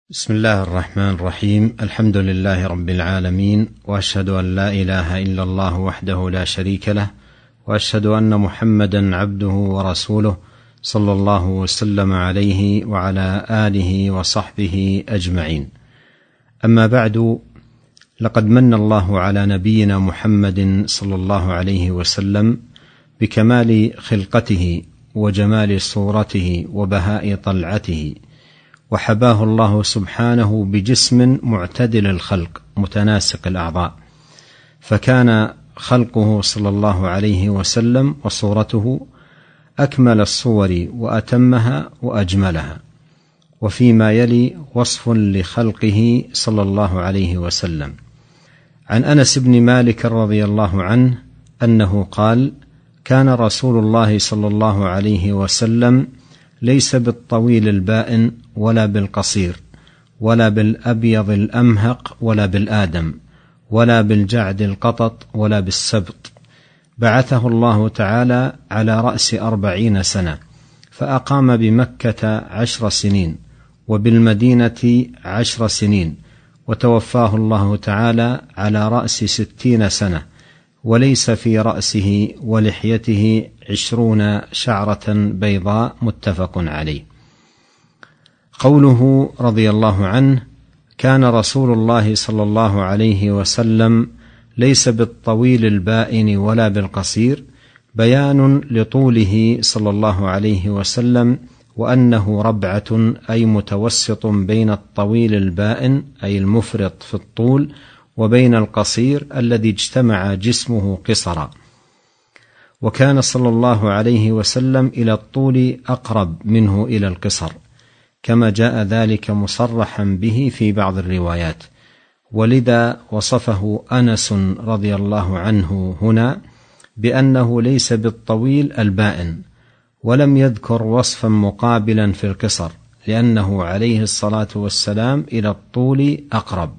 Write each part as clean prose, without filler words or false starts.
بسم الله الرحمن الرحيم. الحمد لله رب العالمين، وأشهد أن لا إله إلا الله وحده لا شريك له، وأشهد أن محمدا عبده ورسوله صلى الله وسلم عليه وعلى آله وصحبه أجمعين. أما بعد، لقد من الله على نبينا محمد صلى الله عليه وسلم بكمال خلقته وجمال صورته وبهاء طلعته، وحباه الله سبحانه بجسم معتدل الخلق متناسق الأعضاء، فكان خلقه صلى الله عليه وسلم وصورته أكمل الصور وأتمها وأجملها. وفيما يلي وصف لخلقه صلى الله عليه وسلم. عن أنس بن مالك رضي الله عنه أنه قال: كان رسول الله صلى الله عليه وسلم ليس بالطويل البائن ولا بالقصير ولا بالأبيض الأمهق ولا بالآدم ولا بالجعد القطط ولا بالسبط. بعثه الله تعالى على رأس 40 سنة، فأقام بمكة 10 سنين وبالمدينة 10 سنين، وتوفاه الله تعالى على رأس 60 سنة، وليس في رأسه ولحيته 20 شعرة بيضاء. متفق عليه. قوله رضي الله عنه: كان رسول الله صلى الله عليه وسلم ليس بالطويل البائن ولا بالقصير، بيان لطوله صلى الله عليه وسلم، وأنه ربعة أي متوسط بين الطويل البائن أي المفرط في الطول وبين القصير الذي اجتمع جسمه قصرا. وكان صلى الله عليه وسلم إلى الطول أقرب منه إلى القصر، كما جاء ذلك مصرحا به في بعض الروايات، ولذا وصفه أنس رضي الله عنه هنا بأنه ليس بالطويل البائن، ولم يذكر وصفا مقابلا في القصر، لأنه عليه الصلاة والسلام إلى الطول أقرب.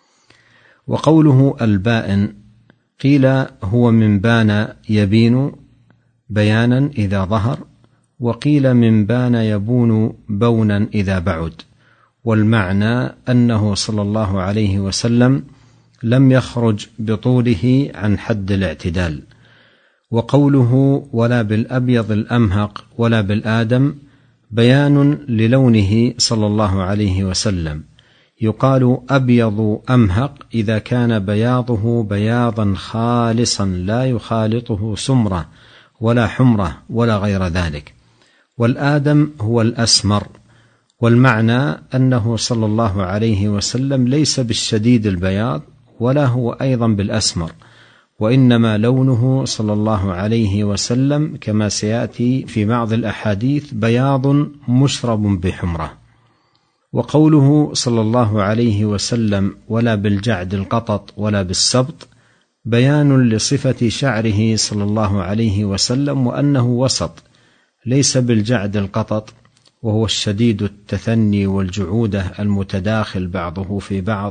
وقوله البائن قيل هو من بان يبين بيانا إذا ظهر، وقيل من بان يبون بونا إذا بعد، والمعنى أنه صلى الله عليه وسلم لم يخرج بطوله عن حد الاعتدال. وقوله ولا بالأبيض الأمهق ولا بالآدم بيان للونه صلى الله عليه وسلم. يقال أبيض أمهق إذا كان بياضه بياضا خالصا لا يخالطه سمرة ولا حمرة ولا غير ذلك. والآدم هو الأسمر، والمعنى أنه صلى الله عليه وسلم ليس بالشديد البياض ولا هو أيضا بالأسمر، وإنما لونه صلى الله عليه وسلم كما سيأتي في بعض الأحاديث بياض مشرب بحمرة. وقوله صلى الله عليه وسلم ولا بالجعد القطط ولا بالسبط بيان لصفة شعره صلى الله عليه وسلم، وأنه وسط، ليس بالجعد القطط وهو الشديد التثني والجعودة المتداخل بعضه في بعض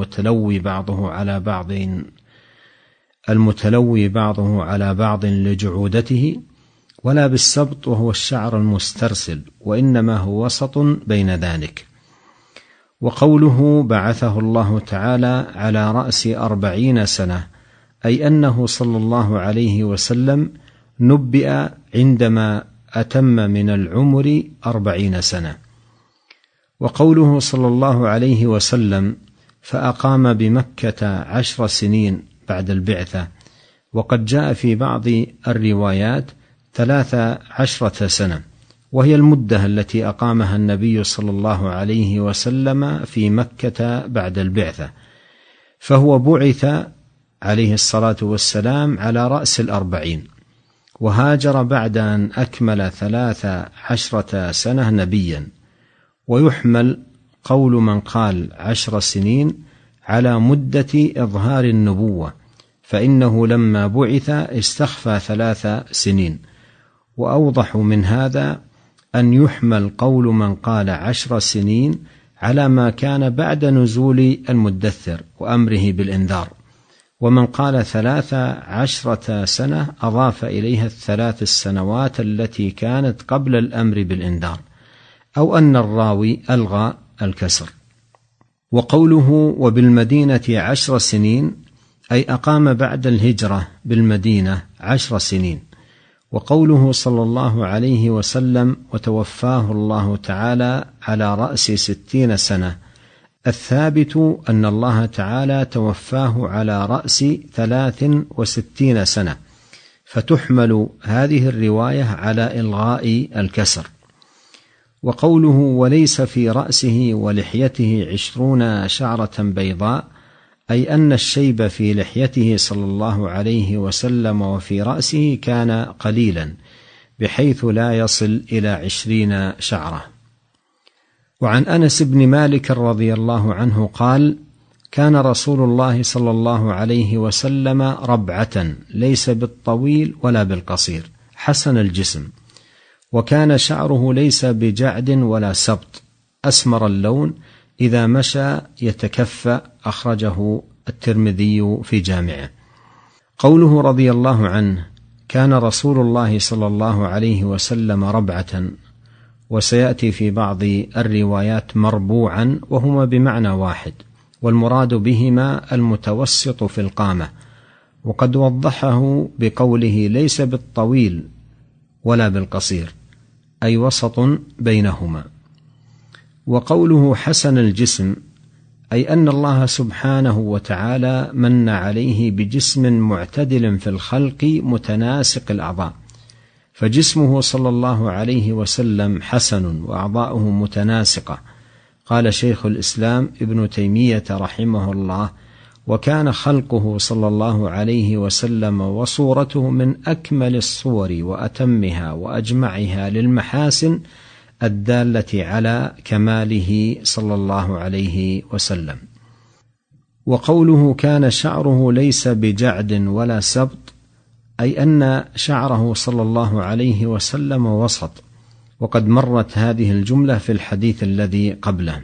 المتلوي بعضه على بعض لجعودته، ولا بالسبط وهو الشعر المسترسل، وإنما هو وسط بين ذلك. وقوله بعثه الله تعالى على رأس 40 سنة أي أنه صلى الله عليه وسلم نبئ عندما أتم من العمر 40 سنة. وقوله صلى الله عليه وسلم فأقام بمكة 10 سنين بعد البعثة، وقد جاء في بعض الروايات 13 سنة، وهي المدة التي أقامها النبي صلى الله عليه وسلم في مكة بعد البعثة، فهو بعث عليه الصلاة والسلام على رأس 40، وهاجر بعد أن أكمل 13 سنة نبيا. ويحمل قول من قال 10 سنين على مدة إظهار النبوة، فإنه لما بعث استخفى 3 سنين. وأوضح من هذا أن يحمل قول من قال 10 سنين على ما كان بعد نزول المدثر وأمره بالإنذار، ومن قال 13 سنة أضاف إليها 3 السنوات التي كانت قبل الأمر بالإنذار، أو أن الراوي ألغى الكسر. وقوله وبالمدينة 10 سنين أي أقام بعد الهجرة بالمدينة 10 سنين. وقوله صلى الله عليه وسلم وتوفاه الله تعالى على رأس 60 سنة، الثابت أن الله تعالى توفاه على رأس 63 سنة، فتحمل هذه الرواية على إلغاء الكسر. وقوله وليس في رأسه ولحيته 20 شعرة بيضاء أي أن الشيب في لحيته صلى الله عليه وسلم وفي رأسه كان قليلا بحيث لا يصل إلى 20 شعرة. وعن أنس بن مالك رضي الله عنه قال كان رسول الله صلى الله عليه وسلم ربعة ليس بالطويل ولا بالقصير حسن الجسم، وكان شعره ليس بجعد ولا سبط أسمر اللون، إذا مشى يتكفأ، أخرجه الترمذي في جامعه. قوله رضي الله عنه كان رسول الله صلى الله عليه وسلم ربعة، وسيأتي في بعض الروايات مربوعا، وهما بمعنى واحد، والمراد بهما المتوسط في القامة، وقد وضحه بقوله ليس بالطويل ولا بالقصير أي وسط بينهما. وقوله حسن الجسم أي أن الله سبحانه وتعالى من عليه بجسم معتدل في الخلق متناسق الأعضاء، فجسمه صلى الله عليه وسلم حسن وأعضاؤه متناسقة. قال شيخ الإسلام ابن تيمية رحمه الله وكان خلقه صلى الله عليه وسلم وصورته من أكمل الصور وأتمها وأجمعها للمحاسن الدالة على كماله صلى الله عليه وسلم. وقوله كان شعره ليس بجعد ولا سبط أي أن شعره صلى الله عليه وسلم وسط، وقد مرت هذه الجملة في الحديث الذي قبله.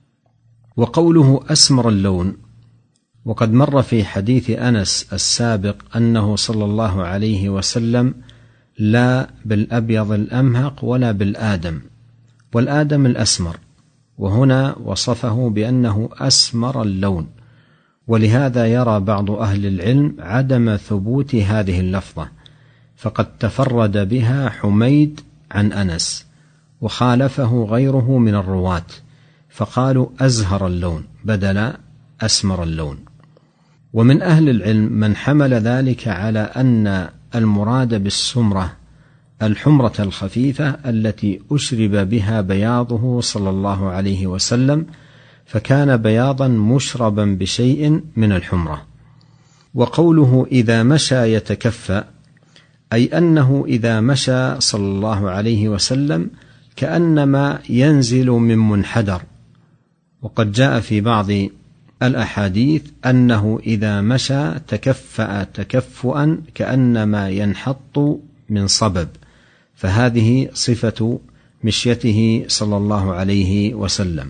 وقوله أسمر اللون، وقد مر في حديث أنس السابق أنه صلى الله عليه وسلم لا بالأبيض الأمهق ولا بالآدم، والآدم الأسمر، وهنا وصفه بأنه أسمر اللون، ولهذا يرى بعض أهل العلم عدم ثبوت هذه اللفظة، فقد تفرد بها حميد عن أنس وخالفه غيره من الرواة، فقالوا أزهر اللون بدل أسمر اللون. ومن أهل العلم من حمل ذلك على أن المراد بالسمرة الحمرة الخفيفة التي أشرب بها بياضه صلى الله عليه وسلم، فكان بياضا مشربا بشيء من الحمرة. وقوله إذا مشى يتكفأ أي أنه إذا مشى صلى الله عليه وسلم كأنما ينزل من منحدر، وقد جاء في بعض الأحاديث أنه إذا مشى تكفأ تكفؤا كأنما ينحط من صبب، فهذه صفة مشيته صلى الله عليه وسلم.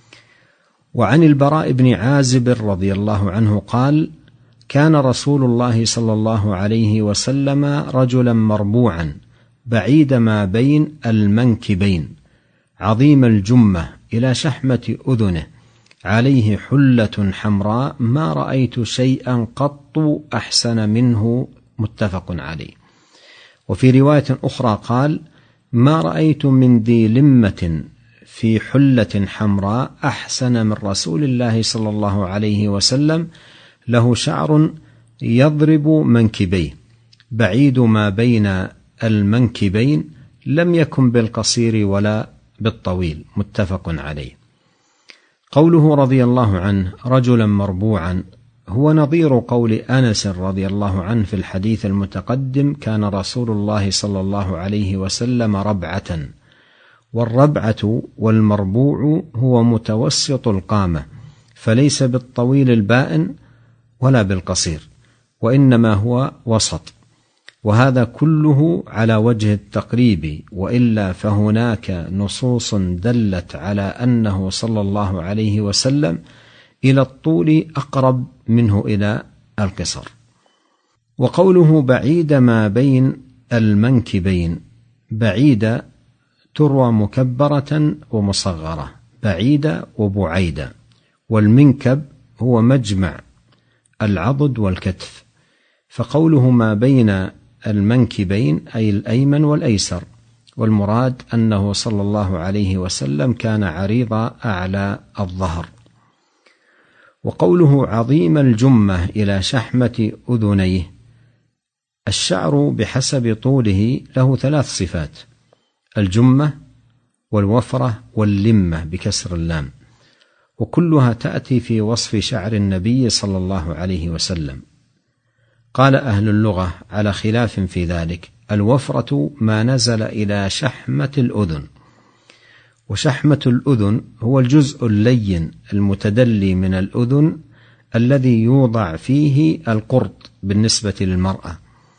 وعن البراء بن عازب رضي الله عنه قال كان رسول الله صلى الله عليه وسلم رجلا مربوعا بعيد ما بين المنكبين عظيم الجمة إلى شحمة أذنه، عليه حلة حمراء ما رأيت شيئا قط أحسن منه، متفق عليه. وفي رواية أخرى قال ما رأيت من ذي لمة في حلة حمراء أحسن من رسول الله صلى الله عليه وسلم، له شعر يضرب منكبيه بعيد ما بين المنكبين، لم يكن بالقصير ولا بالطويل، متفق عليه. قوله رضي الله عنه رجلا مربوعا هو نظير قول أنس رضي الله عنه في الحديث المتقدم كان رسول الله صلى الله عليه وسلم ربعة، والربعة والمربوع هو متوسط القامة، فليس بالطويل البائن ولا بالقصير، وإنما هو وسط، وهذا كله على وجه التقريب، وإلا فهناك نصوص دلت على أنه صلى الله عليه وسلم إلى الطول أقرب منه إلى القصر. وقوله بعيد ما بين المنكبين، بعيد تروى مكبرة ومصغرة، بعيد وبعيدة، والمنكب هو مجمع العضد والكتف، فقوله ما بين المنكبين أي الأيمن والأيسر، والمراد أنه صلى الله عليه وسلم كان عريض أعلى الظهر. وقوله عظيم الجمة إلى شحمة أذنيه، الشعر بحسب طوله له 3 صفات: الجمة والوفرة واللمة بكسر اللام، وكلها تأتي في وصف شعر النبي صلى الله عليه وسلم. قال أهل اللغة على خلاف في ذلك: الوفرة ما نزل إلى شحمة الأذن، وشحمة الأذن هو الجزء اللين المتدلي من الأذن الذي يوضع فيه القرط بالنسبة للمرأة،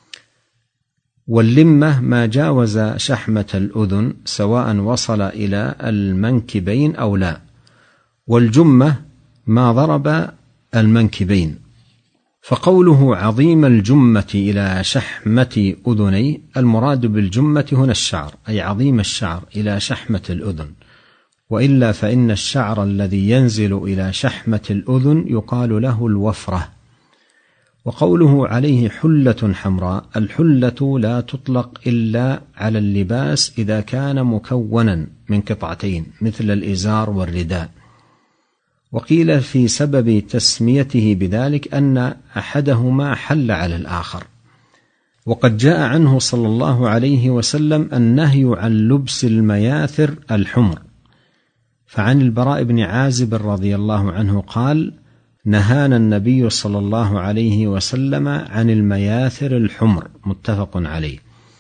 واللمة ما جاوز شحمة الأذن سواء وصل إلى المنكبين أو لا، والجمة ما ضرب المنكبين. فقوله عظيم الجمة إلى شحمة أذني، المراد بالجمة هنا الشعر، أي عظيم الشعر إلى شحمة الأذن، وإلا فإن الشعر الذي ينزل إلى شحمة الأذن يقال له الوفرة. وقوله عليه حلة حمراء، الحلة لا تطلق إلا على اللباس إذا كان مكونا من قطعتين مثل الإزار والرداء. وقيل في سبب تسميته بذلك أن أحدهما حل على الآخر. وقد جاء عنه صلى الله عليه وسلم النهي عن لبس المياثر الحمر، فعن البراء بن عازب رضي الله عنه قال: نهانا النبي صلى الله عليه وسلم عن المياثر الحمر، متفق عليه.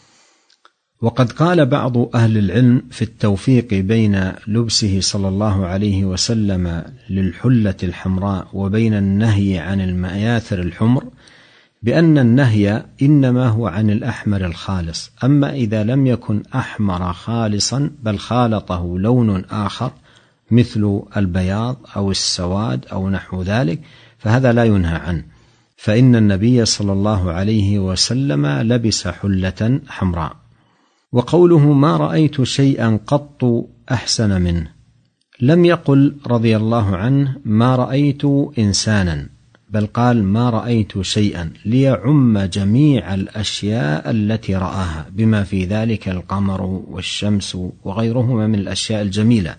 وقد قال بعض أهل العلم في التوفيق بين لبسه صلى الله عليه وسلم للحلة الحمراء وبين النهي عن المياثر الحمر بأن النهي إنما هو عن الأحمر الخالص، أما إذا لم يكن أحمر خالصا بل خالطه لون آخر مثل البياض أو السواد أو نحو ذلك فهذا لا ينهى عنه، فإن النبي صلى الله عليه وسلم لبس حلة حمراء. وقوله ما رأيت شيئا قط أحسن منه، لم يقل رضي الله عنه ما رأيت إنسانا، بل قال ما رأيت شيئا ليعم جميع الأشياء التي رآها بما في ذلك القمر والشمس وغيرهما من الأشياء الجميلة.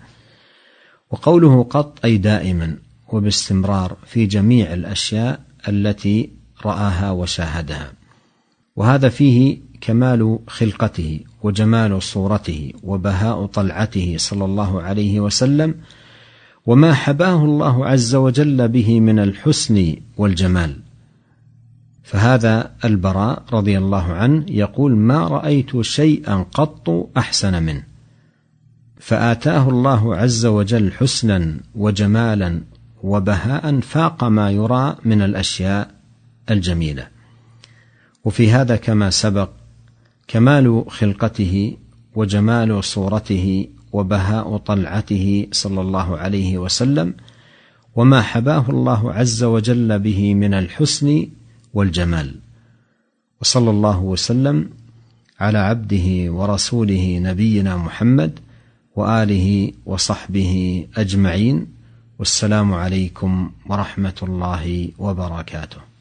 وقوله قط أي دائما وباستمرار في جميع الأشياء التي رآها وشاهدها، وهذا فيه كمال خلقته وجمال صورته وبهاء طلعته صلى الله عليه وسلم، وما حباه الله عز وجل به من الحسن والجمال. فهذا البراء رضي الله عنه يقول ما رأيت شيئا قط أحسن منه، فآتاه الله عز وجل حسنا وجمالا وبهاء فاق ما يرى من الأشياء الجميلة. وفي هذا كما سبق كمال خلقته وجمال صورته وبهاء طلعته صلى الله عليه وسلم، وما حباه الله عز وجل به من الحسن والجمال. وصلى الله وسلم على عبده ورسوله نبينا محمد وآله وصحبه أجمعين، والسلام عليكم ورحمة الله وبركاته.